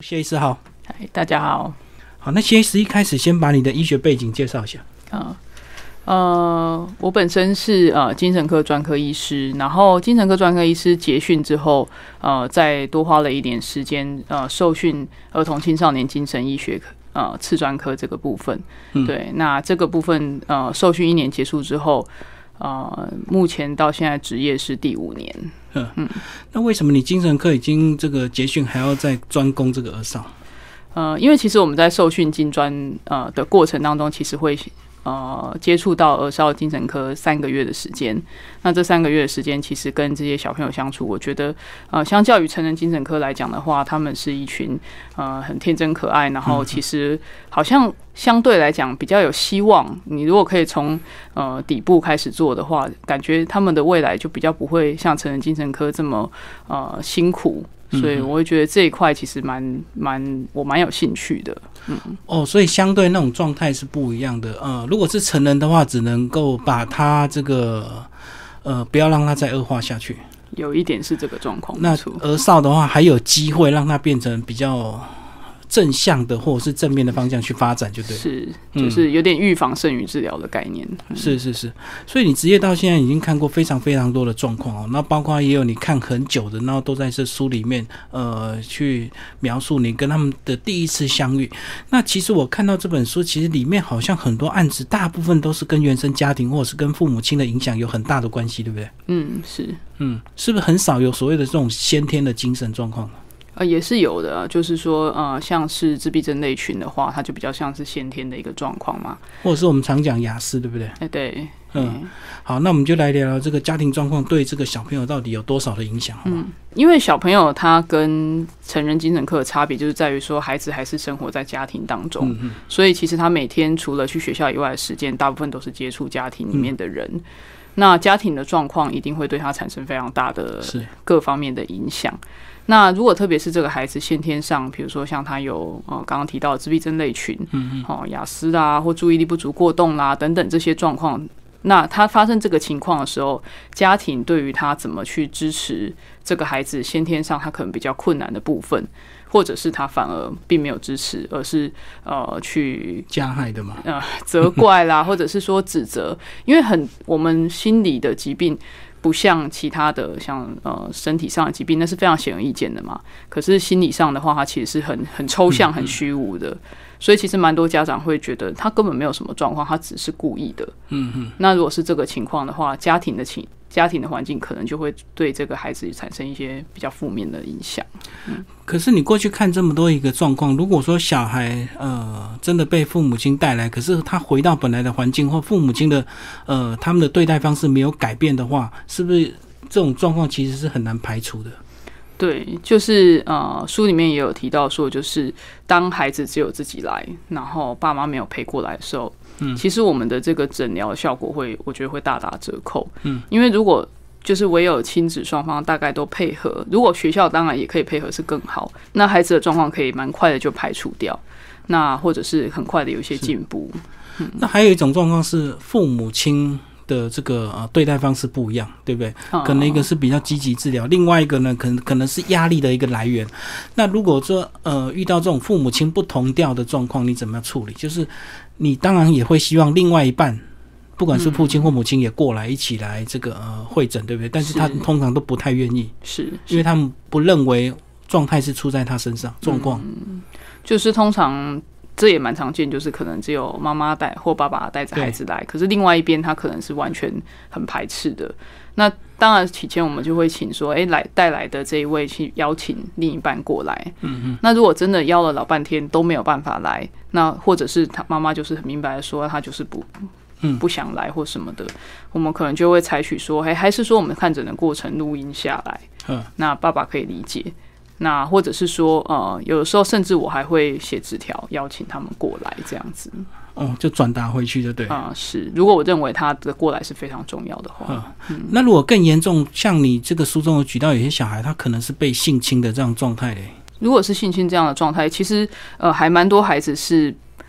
谢医师好。 大家好。 好，那谢医师一开始先把你的医学背景介绍一下。 我本身是精神科专科医师，然后精神科专科医师结训之后，再多花了一点时间受训儿童青少年精神医学次专科这个部分。对，那这个部分受训1年结束之后，目前到现在职业是第5年。 那为什么你精神科已经这个结训，还要再专攻这个儿少？ 因为其实我们在受训精专的过程当中，其实会接触到儿少精神科3个月的时间。那这3个月的时间，其实跟这些小朋友相处，我觉得相较于成人精神科来讲的话，他们是一群很天真可爱，然后其实好像相对来讲比较有希望。你如果可以从底部开始做的话，感觉他们的未来就比较不会像成人精神科这么辛苦。所以我会觉得这一块其实我蛮有兴趣的。 所以相对那种状态是不一样的。如果是成人的话，只能够把他这个不要让他再恶化下去。 有一点是这个状况。 那儿少的话，还有机会让他变成比较正向的或者是正面的方向去发展，就对了。 是，就是有点预防胜于治疗的概念。 是。所以你职业到现在已经看过非常非常多的状况哦，那包括也有你看很久的，然后都在这书里面去描述你跟他们的第一次相遇。那其实我看到这本书，其实里面好像很多案子，大部分都是跟原生家庭或者是跟父母亲的影响有很大的关系，对不对？ 是。 是不是很少有所谓的这种先天的精神状况？ 也是有的，就是说，像是自闭症类群的话，它就比较像是先天的一个状况嘛， 或者是我们常讲亚斯，对不对？ 对。 好，那我们就来聊聊这个家庭状况对这个小朋友到底有多少的影响。 因为小朋友他跟成人精神科的差别就是在于说，孩子还是生活在家庭当中，所以其实他每天除了去学校以外的时间，大部分都是接触家庭里面的人。那家庭的状况一定会对他产生非常大的各方面的影响。那如果特别是这个孩子先天上，比如说像他有刚刚提到的自闭症类群，亚斯啦，或注意力不足过动啦等等这些状况，那他发生这个情况的时候，家庭对于他怎么去支持这个孩子先天上他可能比较困难的部分，或者是他反而并没有支持，而是去加害的嘛， 责怪啦，或者是说指责，因为我们心理的疾病不像其他的像身体上的疾病，那是非常显而易见的嘛。可是心理上的话，它其实是很抽象、很虚无的。所以其实蛮多家长会觉得他根本没有什么状况，他只是故意的。那如果是这个情况的话，家庭的环境可能就会对这个孩子产生一些比较负面的影响。 可是你过去看这么多一个状况，如果说小孩真的被父母亲带来，可是他回到本来的环境或父母亲的他们的对待方式没有改变的话，是不是这种状况其实是很难排除的？ 对，就是书里面也有提到说，就是当孩子只有自己来，然后爸妈没有陪过来的时候，其实我们的这个诊疗的效果我觉得会大打折扣。因为如果就是唯有亲子双方大概都配合，如果学校当然也可以配合是更好，那孩子的状况可以蛮快的就排除掉，那或者是很快的有一些进步。 那还有一种状况是父母亲的这个对待方式不一样，对不对？可能一个是比较积极治疗，另外一个呢可能是压力的一个来源。那如果说遇到这种父母亲不同调的状况，你怎么样处理？就是你当然也会希望另外一半，不管是父亲或母亲也过来一起来这个会诊，对不对？但是他通常都不太愿意，是因为他们不认为状态是出在他身上，状况就是通常。这也蛮常见，就是可能只有妈妈带或爸爸带着孩子来，可是另外一边他可能是完全很排斥的。那当然起前我们就会请说，带来的这一位去邀请另一半过来。那如果真的邀了老半天都没有办法来，那或者是他妈妈就是很明白的说他就是不想来或什么的，我们可能就会采取说，还是说我们看诊的过程录音下来，那爸爸可以理解。那或者是说，有的时候甚至我还会写纸条邀请他们过来，这样子。 就转达回去就对。 是。如果我认为他的过来是非常重要的话， 那如果更严重，像你这个书中有举到有些小孩，他可能是被性侵的这样状态嘞。 如果是性侵这样的状态，其实还蛮多孩子是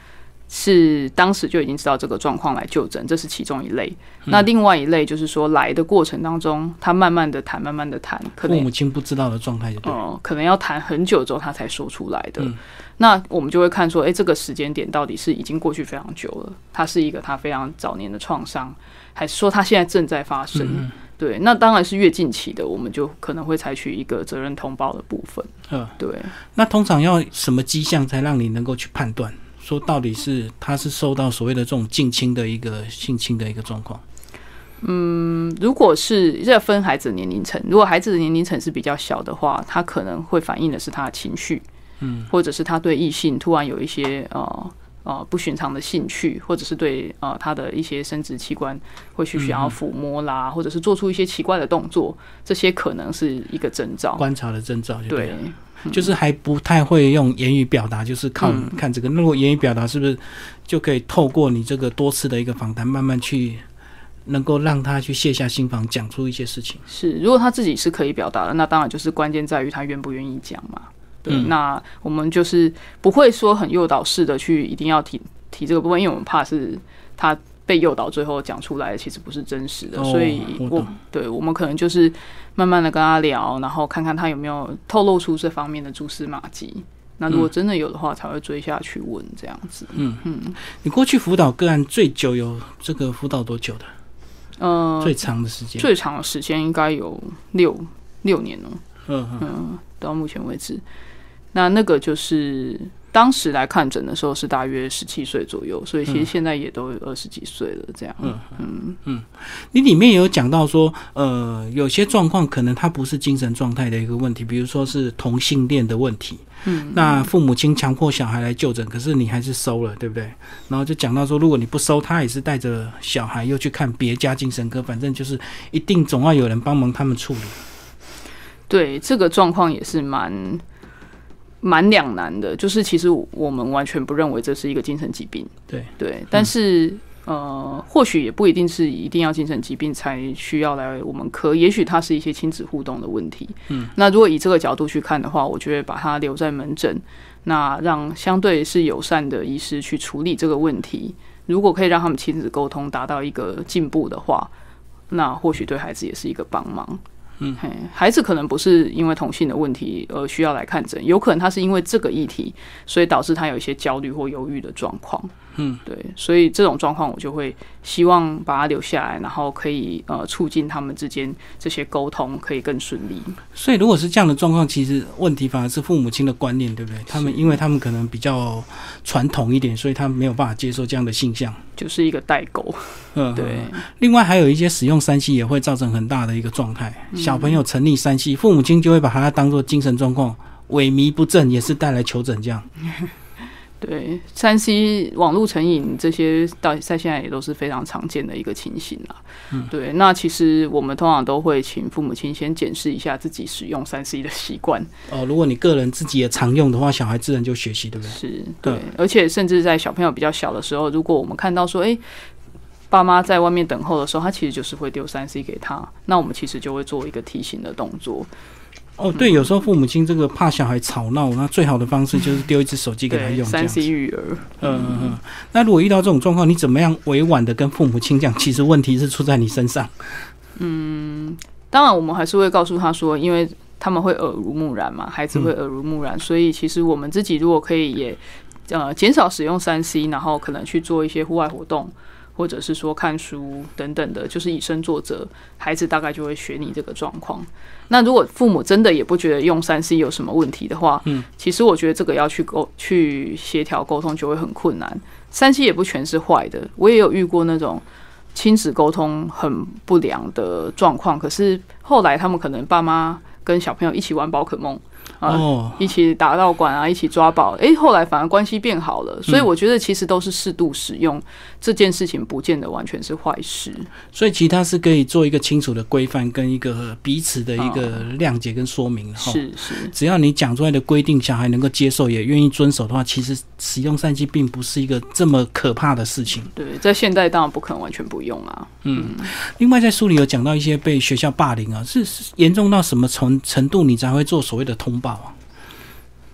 是当时就已经知道这个状况来就诊，这是其中一类。那另外一类就是说，来的过程当中，他慢慢的谈，可能父母亲不知道的状态就对了， 可能要谈很久之后他才说出来的。那我们就会看说，这个时间点到底是已经过去非常久了，它是一个他非常早年的创伤，还是说他现在正在发生？对，那当然是越近期的，我们就可能会采取一个责任通报的部分。对。 那通常要什么迹象才让你能够去判断？说到底是他是受到所谓的这种近亲的一个性侵的一个状况。 如果是这分孩子的年龄层，如果孩子的年龄层是比较小的话，他可能会反映的是他的情绪，或者是他对异性突然有一些不寻常的兴趣，或者是对他的一些生殖器官会去想要抚摸啦，或者是做出一些奇怪的动作，这些可能是一个征兆， 观察的征兆就对了。就是还不太会用言语表达，就是靠看这个。那如果言语表达，是不是就可以透过你这个多次的一个访谈，慢慢去能够让他去卸下心防，讲出一些事情？是， 如果他自己是可以表达的，那当然就是关键在于他愿不愿意讲嘛。对，那我们就是不会说很诱导式的去一定要提这个部分，因为我们怕是他被诱导，最后讲出来其实不是真实的，所以我们可能就是慢慢的跟他聊，然后看看他有没有透露出这方面的蛛丝马迹。那如果真的有的话，才会追下去问这样子。 你过去辅导个案最久有这个辅导多久的？最长的时间？ 最长的时间应该有6年哦。到目前为止，那个就是当时来看诊的时候是大约17岁左右，所以其实现在也都有20几岁了这样。 你里面有讲到说有些状况可能它不是精神状态的一个问题，比如说是同性恋的问题。那父母亲强迫小孩来就诊，可是你还是收了，对不对？然后就讲到说，如果你不收，他也是带着小孩又去看别家精神科，反正就是一定总要有人帮忙他们处理。 对，这个状况也是蛮两难的，就是其实我们完全不认为这是一个精神疾病。对，但是或许也不一定是一定要精神疾病才需要来我们科，也许它是一些亲子互动的问题。那如果以这个角度去看的话，我觉得把它留在门诊，那让相对是友善的医师去处理这个问题，如果可以让他们亲子沟通达到一个进步的话，那或许对孩子也是一个帮忙。孩子可能不是因为同性的问题而需要来看诊，有可能他是因为这个议题，所以导致他有一些焦虑或忧郁的状况。对，所以这种状况我就会希望把他留下来，然后可以促进他们之间这些沟通可以更顺利。 所以如果是这样的状况，其实问题反而是父母亲的观念，对不对？因为他们可能比较传统一点，所以他们没有办法接受这样的现象， 就是一个代沟。对。 另外还有一些使用3C也会造成很大的一个状态，小朋友沉溺3C，父母亲就会把它当作精神状况，萎靡不振，也是带来求诊这样。 对，3C 网络成瘾这些在现在也都是非常常见的一个情形啦。对，那其实我们通常都会请父母亲先检视一下自己使用3C 的习惯。 如果你个人自己也常用的话，小孩自然就学习，对不对？ 是，对，而且甚至在小朋友比较小的时候，如果我们看到说，爸妈在外面等候的时候，他其实就是会丢3C 给他，那我们其实就会做一个提醒的动作。 对，有时候父母亲这个怕小孩吵闹，那最好的方式就是丢一只手机给他用。 3C 育儿。 那如果遇到这种状况，你怎么样委婉的跟父母亲讲，其实问题是出在你身上？ 当然我们还是会告诉他说，因为他们会耳濡目染嘛，孩子会耳濡目染，所以其实我们自己如果可以也减少使用3C， 然后可能去做一些户外活动，或者是说看书等等的，就是以身作则，孩子大概就会学你这个状况。那如果父母真的也不觉得用3C 有什么问题的话，其实我觉得这个要去协调沟通就会很困难。3C 也不全是坏的，我也有遇过那种亲子沟通很不良的状况，可是后来他们可能爸妈跟小朋友一起玩宝可梦。一起打道馆啊，一起抓宝，后来反而关系变好了。所以我觉得其实都是适度使用，这件事情不见得完全是坏事。 所以其他是可以做一个清楚的规范跟一个彼此的一个谅解跟说明。 是， 只要你讲出来的规定小孩能够接受也愿意遵守的话，其实使用3C并不是一个这么可怕的事情。 对，在现代当然不可能完全不用啊。 另外在书里有讲到一些被学校霸凌啊，是严重到什么程度你才会做所谓的通报啊？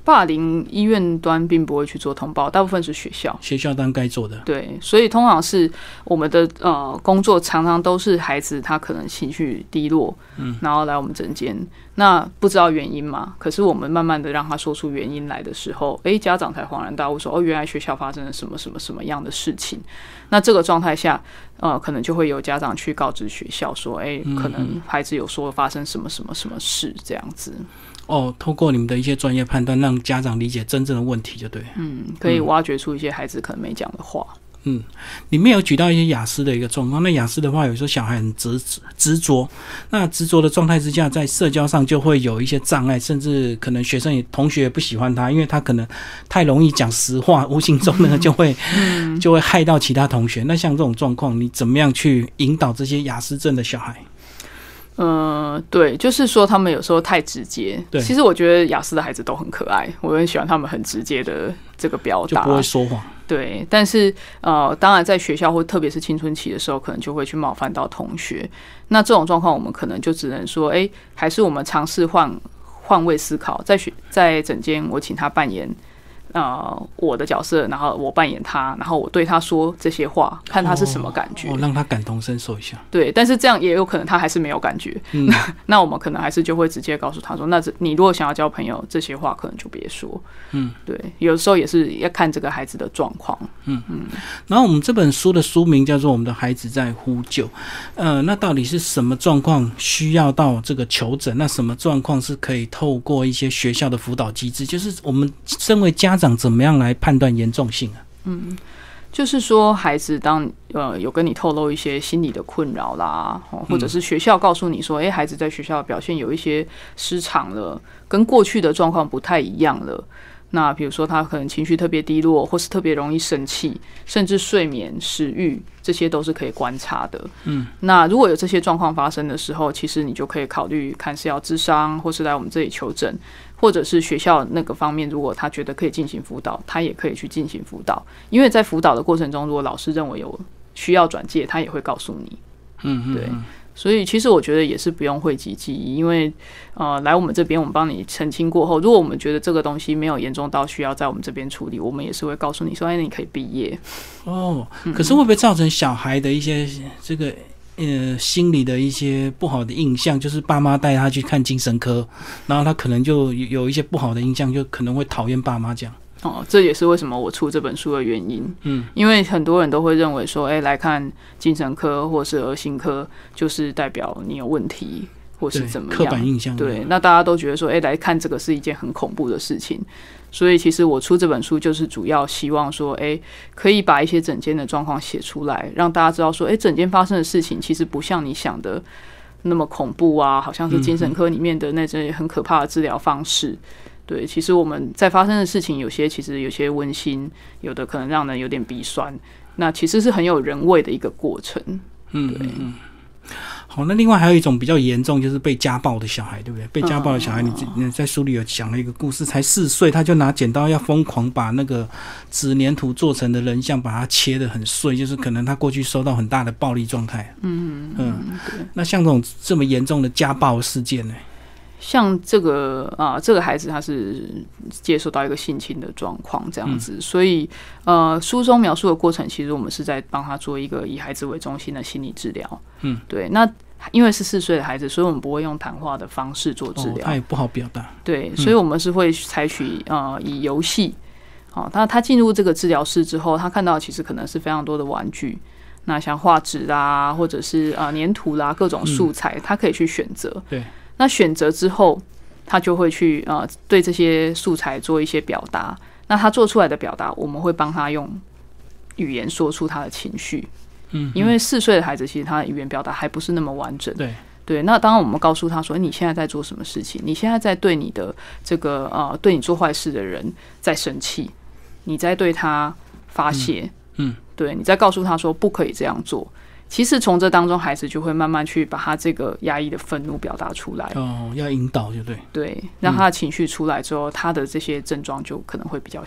霸凌医院端并不会去做通报，大部分是学校端该做的。 对，所以通常是我们的工作常常都是孩子他可能情绪低落，然后来我们诊间，那不知道原因嘛，可是我们慢慢的让他说出原因来的时候，家长才恍然大悟说，原来学校发生了什么什么什么样的事情。那这个状态下可能就会有家长去告知学校说，可能孩子有说发生什么什么什么事这样子。 透过你们的一些专业判断，让家长理解真正的问题就对了。 可以挖掘出一些孩子可能没讲的话。 里面有举到一些雅思的一个状况。那雅思的话，有时候小孩很执着，那执着的状态之下，在社交上就会有一些障碍，甚至可能同学也不喜欢他，因为他可能太容易讲实话，无形中呢就会害到其他同学。那像这种状况，你怎么样去引导这些雅思症的小孩？ 对，就是说他们有时候太直接。 对， 其实我觉得雅思的孩子都很可爱，我很喜欢他们很直接的这个表达， 就不会说谎。 对，但是当然在学校或特别是青春期的时候，可能就会去冒犯到同学。那这种状况，我们可能就只能说，还是我们尝试换位思考，在诊间我请他扮演我的角色，然后我扮演他，然后我对他说这些话，看他是什么感觉， 让他感同身受一下。 对，但是这样也有可能他还是没有感觉。那我们可能还是就会直接告诉他说，那你如果想要交朋友，这些话可能就别说。对，有时候也是要看这个孩子的状况。 然后我们这本书的书名叫做《我们的孩子在呼救》。那到底是什么状况需要到这个求诊？那什么状况是可以透过一些学校的辅导机制？就是我们身为家长怎么样来判断严重性啊？ 就是说孩子当有跟你透露一些心理的困扰啦，或者是学校告诉你说，孩子在学校的表现有一些失常了，跟过去的状况不太一样了。那比如说他可能情绪特别低落，或是特别容易生气，甚至睡眠、食欲，这些都是可以观察的。那如果有这些状况发生的时候，其实你就可以考虑看是要諮商，或是来我们这里求诊，或者是学校那个方面，如果他觉得可以进行辅导，他也可以去进行辅导。因为在辅导的过程中，如果老师认为有需要转介，他也会告诉你。对。所以其实我觉得也是不用讳疾忌医，因为来我们这边我们帮你澄清过后，如果我们觉得这个东西没有严重到需要在我们这边处理，我们也是会告诉你说，你可以毕业。 可是会不会造成小孩的一些这个心理的一些不好的印象，就是爸妈带他去看精神科，然后他可能就有一些不好的印象，就可能会讨厌爸妈这样。 这也是为什么我出这本书的原因。因为很多人都会认为说，来看精神科或是儿心科，就是代表你有问题，或是怎么样， 刻板印象。 对，那大家都觉得说，来看这个是一件很恐怖的事情。所以其实我出这本书就是主要希望说，可以把一些诊间的状况写出来，让大家知道说，诊间发生的事情其实不像你想的那么恐怖啊，好像是精神科里面的那些很可怕的治疗方式。对，其实我们在发生的事情，其实有些温馨，有的可能让人有点鼻酸，那其实是很有人味的一个过程。对。 好，那另外还有一种比较严重，就是被家暴的小孩，对不对？被家暴的小孩，你在书里有讲了一个故事，才4岁，他就拿剪刀要疯狂把那个纸黏土做成的人像，把它切得很碎，就是可能他过去受到很大的暴力状态。那像这么严重的家暴事件呢？ 像这个孩子他是接受到一个性侵的状况这样子，所以书中描述的过程，其实我们是在帮他做一个以孩子为中心的心理治疗。对，那因为是4岁的孩子，所以我们不会用谈话的方式做治疗， 他也不好表达。 对，所以我们是会采取以游戏。他进入这个治疗室之后，他看到其实可能是非常多的玩具，那像画纸啦，或者是粘土啦，各种素材，他可以去选择。 对。 那选择之后，他就会去对这些素材做一些表达。那他做出来的表达，我们会帮他用语言说出他的情绪。因为4岁的孩子其实他的语言表达还不是那么完整。对，那当我们告诉他说，你现在在做什么事情？你现在在对你的这个对你做坏事的人在生气，你在对他发泄。对，你在告诉他说不可以这样做。其实从这当中，孩子就会慢慢去把他这个压抑的愤怒表达出来。 要引导就对。 对，让他的情绪出来之后，他的这些症状就可能会比较下来。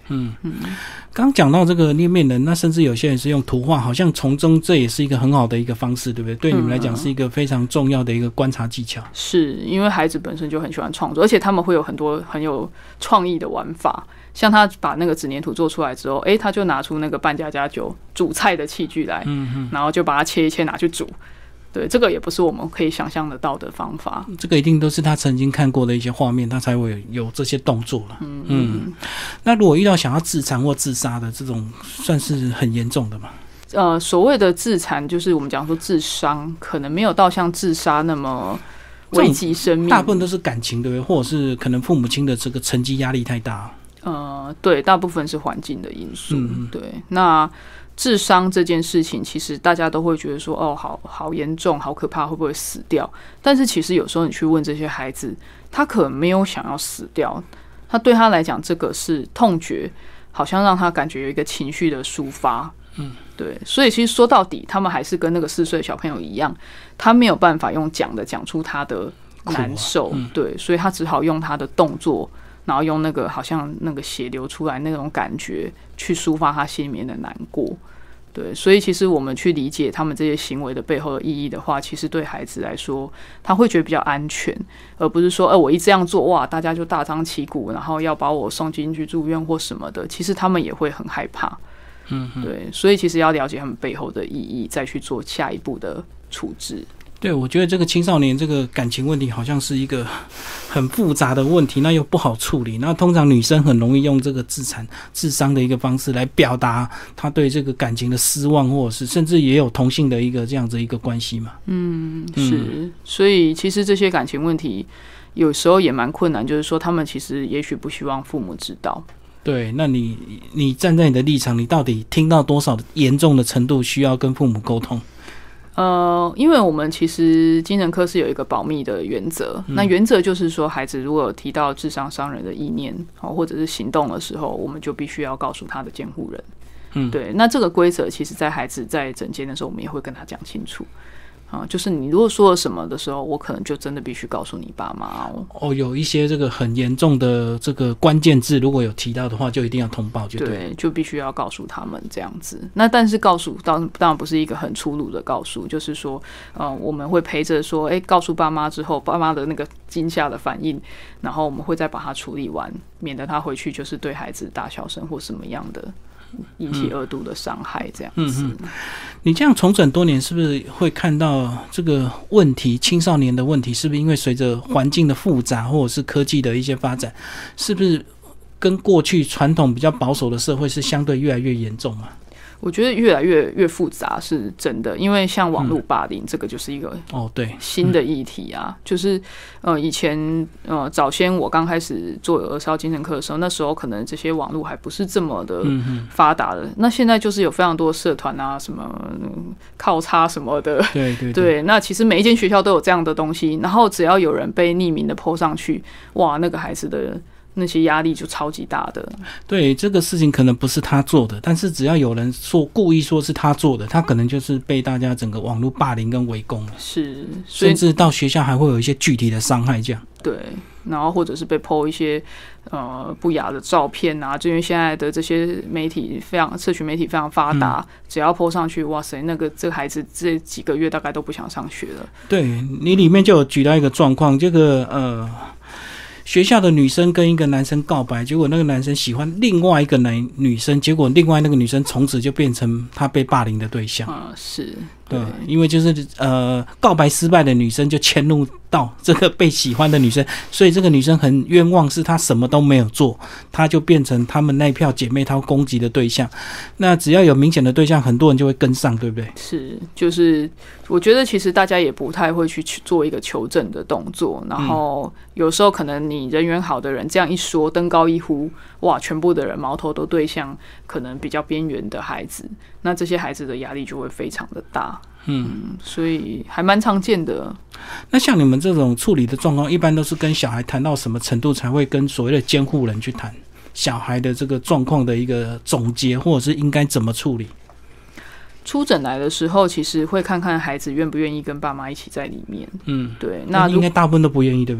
刚讲到这个捏面人，那甚至有些人是用图画，好像从中这也是一个很好的一个方式，对不对？对你们来讲是一个非常重要的一个观察技巧。 是因为孩子本身就很喜欢创作，而且他们会有很多很有创意的玩法。像他把那个纸黏土做出来之后，他就拿出那个扮家家酒煮菜的器具来，然后就把它切一切拿去煮。对，这个也不是我们可以想象得到的方法。 这个一定都是他曾经看过的一些画面，他才会有这些动作了。那如果遇到想要自残或自杀的这种，算是很严重的嘛？ 所谓的自残，就是我们讲说自伤，可能没有到像自杀那么危及生命。 大部分都是感情，对不对？或者是可能父母亲的这个成绩压力太大。 对，大部分是环境的因素。对，那自伤这件事情，其实大家都会觉得说，好严重，好可怕，会不会死掉？但是其实有时候你去问这些孩子，他可能没有想要死掉，他对他来讲，这个是痛觉，好像让他感觉有一个情绪的抒发。对，所以其实说到底，他们还是跟那个4岁的小朋友一样，他没有办法用讲的讲出他的难受。对，所以他只好用他的动作。然后用那个好像那个血流出来那种感觉去抒发他心里面的难过。对，所以其实我们去理解他们这些行为的背后的意义的话，其实对孩子来说他会觉得比较安全，而不是说我一这样做哇大家就大张旗鼓，然后要把我送进去住院或什么的，其实他们也会很害怕。对，所以其实要了解他们背后的意义，再去做下一步的处置。 对，我觉得这个青少年这个感情问题好像是一个很复杂的问题，那又不好处理。那通常女生很容易用这个自残、自伤的一个方式来表达她对这个感情的失望，或者是甚至也有同性的一个这样子一个关系嘛。 是，所以其实这些感情问题有时候也蛮困难，就是说他们其实也许不希望父母知道。 对，那你站在你的立场，你到底听到多少严重的程度需要跟父母沟通？ 因为我们其实精神科是有一个保密的原则，那原则就是说，孩子如果有提到致伤伤人的意念或者是行动的时候，我们就必须要告诉他的监护人。对，那这个规则其实在孩子在诊间的时候，我们也会跟他讲清楚。就是你如果说了什么的时候，我可能就真的必须告诉你爸妈哦。有一些这个很严重的这个关键字，如果有提到的话，就一定要通报， 对，就必须要告诉他们这样子。那但是告诉当然不是一个很粗鲁的告诉，就是说，我们会陪着说，告诉爸妈之后，爸妈的那个惊吓的反应，然后我们会再把它处理完，免得他回去就是对孩子大小声或什么样的。引起2度的伤害，这样子。 你这样重诊多年，是不是会看到这个问题？青少年的问题，是不是因为随着环境的复杂，或者是科技的一些发展，是不是跟过去传统比较保守的社会是相对越来越严重嘛？ 我觉得越来越复杂是真的，因为像网络霸凌这个就是一个新的议题啊。就是以前早先我刚开始做儿少精神科的时候，那时候可能这些网络还不是这么的发达的。那现在就是有非常多的社团啊，什么靠叉什么的，对，那其实每一间学校都有这样的东西，然后只要有人被匿名的 po 上去，哇，那个孩子的那些压力就超级大的。 对，这个事情可能不是他做的，但是只要有人故意说是他做的，他可能就是被大家整个网络霸凌跟围攻了。 是， 甚至到学校还会有一些具体的伤害这样。 对，然后或者是被 po 一些不雅的照片啊，就因为现在的这些媒体社群媒体非常发达，只要 po 上去，哇塞，这个孩子这几个月大概都不想上学了。 对，你里面就有举到一个状况，这个学校的女生跟一个男生告白，结果那个男生喜欢另外一个女生，结果另外那个女生从此就变成他被霸凌的对象。 是， 对，因为就是告白失败的女生就迁怒到这个被喜欢的女生，所以这个女生很冤枉，是她什么都没有做，她就变成他们那票姐妹淘攻击的对象。那只要有明显的对象，很多人就会跟上，对不对？ 是，就是我觉得其实大家也不太会去做一个求证的动作，然后有时候可能你人缘好的人这样一说，登高一呼，哇，全部的人矛头都对向可能比较边缘的孩子，那这些孩子的压力就会非常的大。所以还蛮常见的。 那像你们这种处理的状况，一般都是跟小孩谈到什么程度才会跟所谓的监护人去谈小孩的这个状况的一个总结，或者是应该怎么处理？ 出诊来的时候，其实会看看孩子愿不愿意跟爸妈一起在里面。 对，那应该大部分都不愿意，对不对？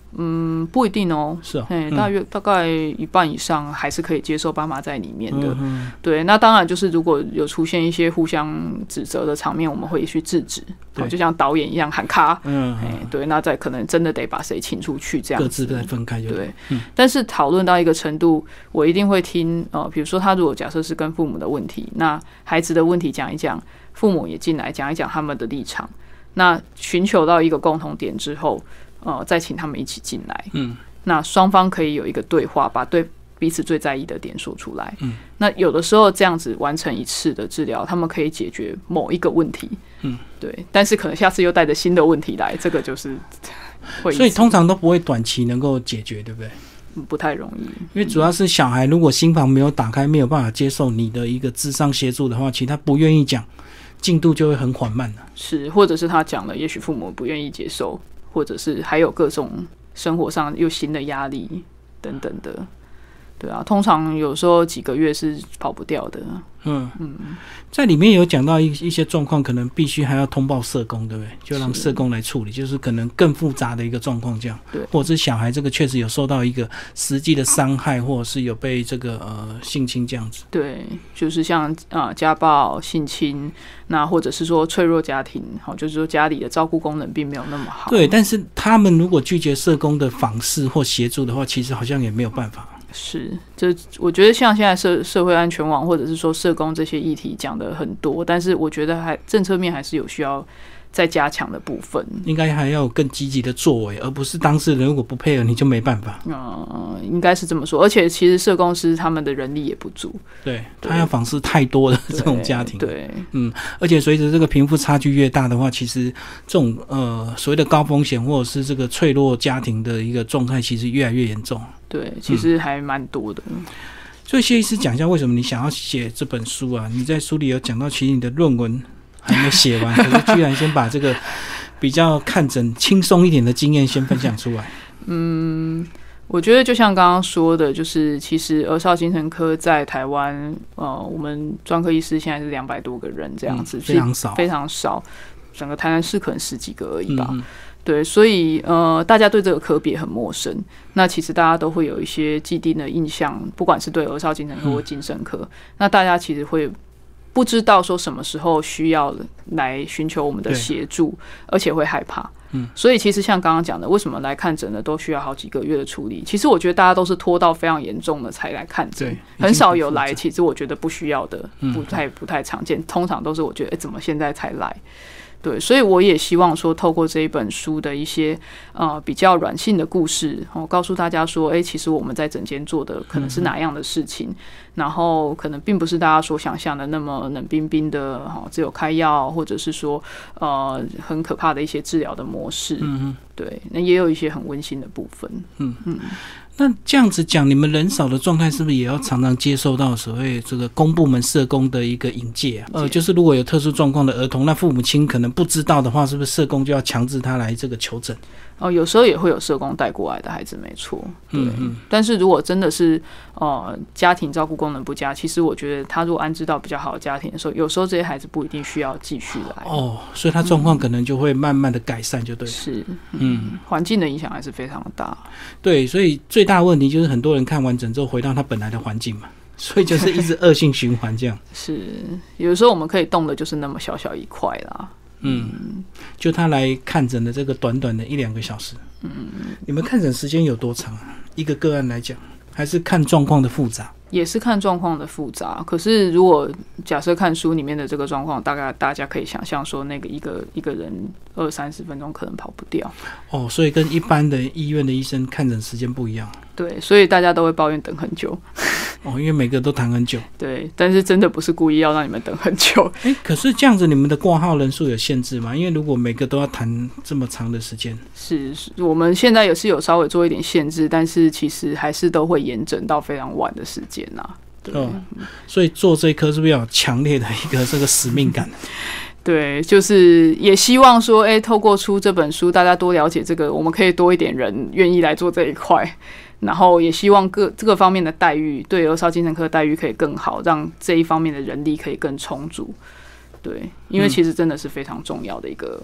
不一定哦， 是哦， 大概一半以上还是可以接受爸妈在里面的。对，那当然就是如果有出现一些互相指责的场面，我们会去制止，就像导演一样喊卡。对，那再可能真的得把谁请出去，这样子各自再分开就对。 但是讨论到一个程度，我一定会听比如说他如果假设是跟父母的问题，那孩子的问题讲一讲，父母也进来讲一讲他们的立场，那寻求到一个共同点之后。再请他们一起进来，那双方可以有一个对话，把对彼此最在意的点说出来。那有的时候这样子完成一次的治疗，他们可以解决某一个问题，对。但是可能下次又带着新的问题来，这个就是会， 所以通常都不会短期能够解决，对不对？ 不太容易， 因为主要是小孩如果心房没有打开，没有办法接受你的一个諮商协助的话，其实他不愿意讲，进度就会很缓慢了。 是，或者是他讲了，也许父母不愿意接受。或者是还有各种生活上又新的压力等等的，对啊，通常有时候几个月是跑不掉的。 在里面有讲到一些状况，可能必须还要通报社工，对不对？就让社工来处理，就是可能更复杂的一个状况，这样。对，或者是小孩这个确实有受到一个实际的伤害，或者是有被这个性侵这样子。 对，就是像家暴、性侵，那或者是说脆弱家庭，就是说家里的照顾功能并没有那么好。 对，但是他们如果拒绝社工的访视或协助的话，其实好像也没有办法。 是，这我觉得像现在社会安全网或者是说社工这些议题讲的很多，但是我觉得政策面还是有需要再加强的部分， 应该还要有更积极的作为，而不是当事人如果不配合你就没办法。 应该是这么说。而且其实社工师他们的人力也不足， 对，他要访视太多的这种家庭， 对， 而且随着这个贫富差距越大的话，其实这种所谓的高风险或者是这个脆弱家庭的一个状态，其实越来越严重。 对，其实还蛮多的。 所以谢医师讲一下为什么你想要写这本书啊？你在书里有讲到，其实你的论文还没写完，可是居然先把这个比较看诊轻松一点的经验先分享出来。 我觉得就像刚刚说的，就是其实儿少精神科在台湾，我们专科医师现在是200多个人这样子， 非常少， 非常少。整个台南市可能10几个而已吧。对，所以大家对这个科别很陌生。那其实大家都会有一些既定的印象，不管是对儿少精神科或精神科，那大家其实会不知道说什么时候需要来寻求我们的协助，而且会害怕。所以其实像刚刚讲的，为什么来看诊的都需要好几个月的处理？其实我觉得大家都是拖到非常严重的才来看诊，很少有来。其实我觉得不需要的，不太常见。通常都是我觉得，怎么现在才来？对，所以我也希望说，透过这一本书的一些比较软性的故事，告诉大家说，其实我们在诊间做的可能是哪样的事情，然后可能并不是大家所想象的那么冷冰冰的，只有开药，或者是说很可怕的一些治疗的模式。对，那也有一些很温馨的部分。 那这样子讲，你们人少的状态是不是也要常常接受到所谓这个公部门社工的一个引介啊？就是如果有特殊状况的儿童，那父母亲可能不知道的话，是不是社工就要强制他来这个求诊？ 有时候也会有社工带过来的孩子，没错。对，但是如果真的是家庭照顾功能不佳，其实我觉得他如果安置到比较好的家庭的时候，有时候这些孩子不一定需要继续来。 所以他状况可能就会慢慢的改善，就对了。 是，环境的影响还是非常的大。 对，所以最大的问题就是很多人看完诊之后回到他本来的环境嘛，所以就是一直恶性循环这样。是， 有时候我们可以动的就是那么小小一块啦。 就他来看诊的这个短短的1-2个小时。你们看诊时间有多长啊？一个个案来讲，还是看状况的复杂？ 也是看状况的复杂。可是如果假设看书里面的这个状况，大概大家可以想象说，那个一个人20-30分钟可能跑不掉。 所以跟一般的医院的医生看诊时间不一样。 对，所以大家都会抱怨等很久。 因为每个都谈很久。 对，但是真的不是故意要让你们等很久。 可是这样子你们的挂号人数有限制吗？因为如果每个都要谈这么长的时间。 是，我们现在也是有稍微做一点限制，但是其实还是都会延诊到非常晚的时间啊。 所以做这一科是不是要有强烈的一个这个使命感？ 对，就是也希望说，透过出这本书，大家多了解这个，我们可以多一点人愿意来做这一块。然后也希望这个方面的待遇，对儿少精神科的待遇可以更好，让这一方面的人力可以更充足。对，因为其实真的是非常重要的一个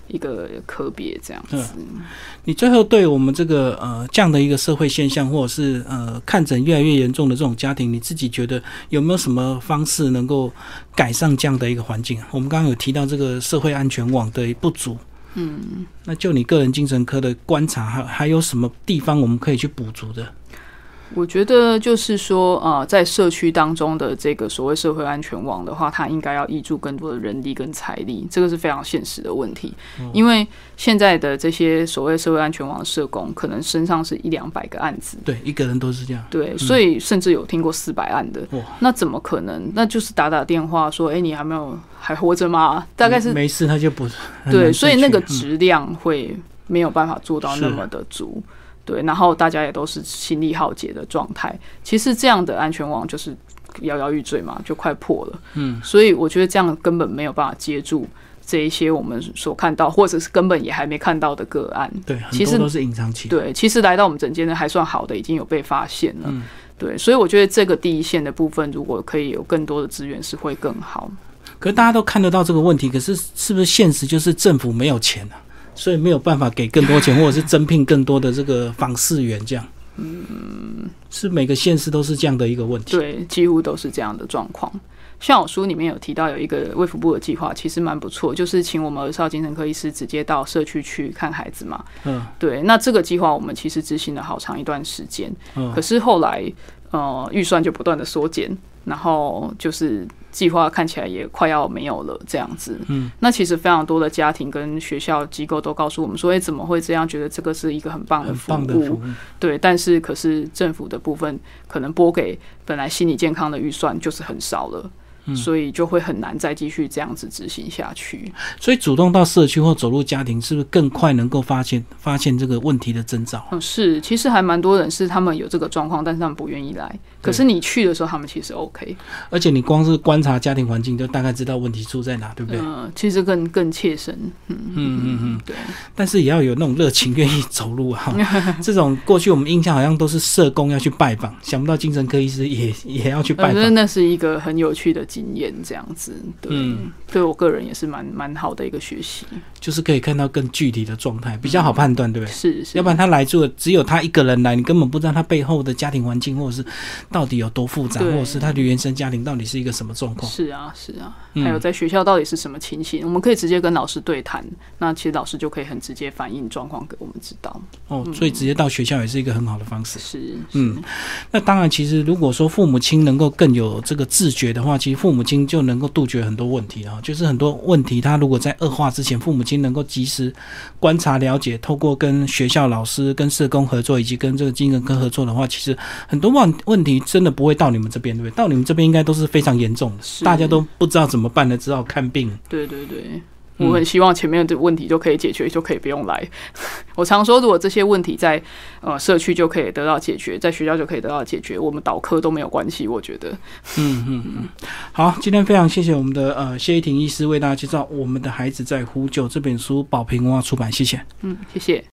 一个科别这样子。 你最后对我们这个这样的一个社会现象，或者是看诊越来越严重的这种家庭，你自己觉得有没有什么方式能够改善这样的一个环境？我们刚刚有提到这个社会安全网的不足。那就你个人精神科的观察，还有什么地方我们可以去补足的？ 我觉得就是说，在社区当中的这个所谓社会安全网的话，它应该要挹注更多的人力跟财力，这个是非常现实的问题。因为现在的这些所谓社会安全网的社工，可能身上是100-200个案子，对， 一个人都是这样， 对，所以甚至有听过400案的，那怎么可能？那就是打电话说，你还活着吗？大概是没事，他就不对，所以那个质量会没有办法做到那么的足。对，然后大家也都是心力耗竭的状态。其实这样的安全网就是摇摇欲坠嘛，就快破了。所以我觉得这样根本没有办法接住这一些我们所看到，或者是根本也还没看到的个案。 对，很多都是隐藏起来。 对，其实来到我们诊间的还算好的，已经有被发现了。对，所以我觉得这个第一线的部分，如果可以有更多的资源，是会更好。 可是大家都看得到这个问题，可是是不是现实就是政府没有钱啊？所以没有办法给更多钱，或者是增聘更多的这个访视员，这样。是每个县市都是这样的一个问题。 对，几乎都是这样的状况。像我书里面有提到有一个卫福部的计划，其实蛮不错，就是请我们儿少精神科医师直接到社区去看孩子嘛。对，那这个计划我们其实执行了好长一段时间，可是后来预算就不断的缩减，然后就是计划看起来也快要没有了这样子。那其实非常多的家庭跟学校机构都告诉我们说，怎么会这样？觉得这个是一个很棒的服务。对，但是可是政府的部分可能拨给本来心理健康的预算就是很少了。所以就会很难再继续这样子执行下去。 所以主动到社区或走入家庭，是不是更快能够发现这个问题的征兆？ 是，其实还蛮多人是他们有这个状况，但是他们不愿意来。可是你去的时候，他们其实 OK。 而且你光是观察家庭环境，就大概知道问题出在哪，对不对？ 其实更切身。对。 但是也要有那种热情，愿意走路啊。这种过去我们印象好像都是社工要去拜访，想不到精神科医师也要去拜访。 那是一个很有趣的经验，这样子。对，对我个人也是蛮好的一个学习。 就是可以看到更具体的状态，比较好判断，对不对？ 是。 要不然他来住了，只有他一个人来，你根本不知道他背后的家庭环境，或者是到底有多复杂，或者是他的原生家庭到底是一个什么状况。是啊。还有在学校到底是什么情形，我们可以直接跟老师对谈，那其实老师就可以很直接反映状况给我们知道。 所以直接到学校也是一个很好的方式。 是。 那当然，其实如果说父母亲能够更有这个自觉的话，其实父母亲就能够杜绝很多问题啊。就是很多问题，他如果在恶化之前，父母亲能够及时观察了解，透过跟学校老师、跟社工合作，以及跟这个精神科合作的话，其实很多问题真的不会到你们这边，对不对？到你们这边应该都是非常严重的，大家都不知道怎么办了，只好看病。对。 我很希望前面的问题就可以解决，就可以不用来。我常说，如果这些问题在社区就可以得到解决，在学校就可以得到解决，我们导科都没有关系。我觉得， 好，今天非常谢谢我们的谢依婷医师为大家介绍《我们的孩子在呼救》这本书，宝瓶文化出版，谢谢。 谢谢。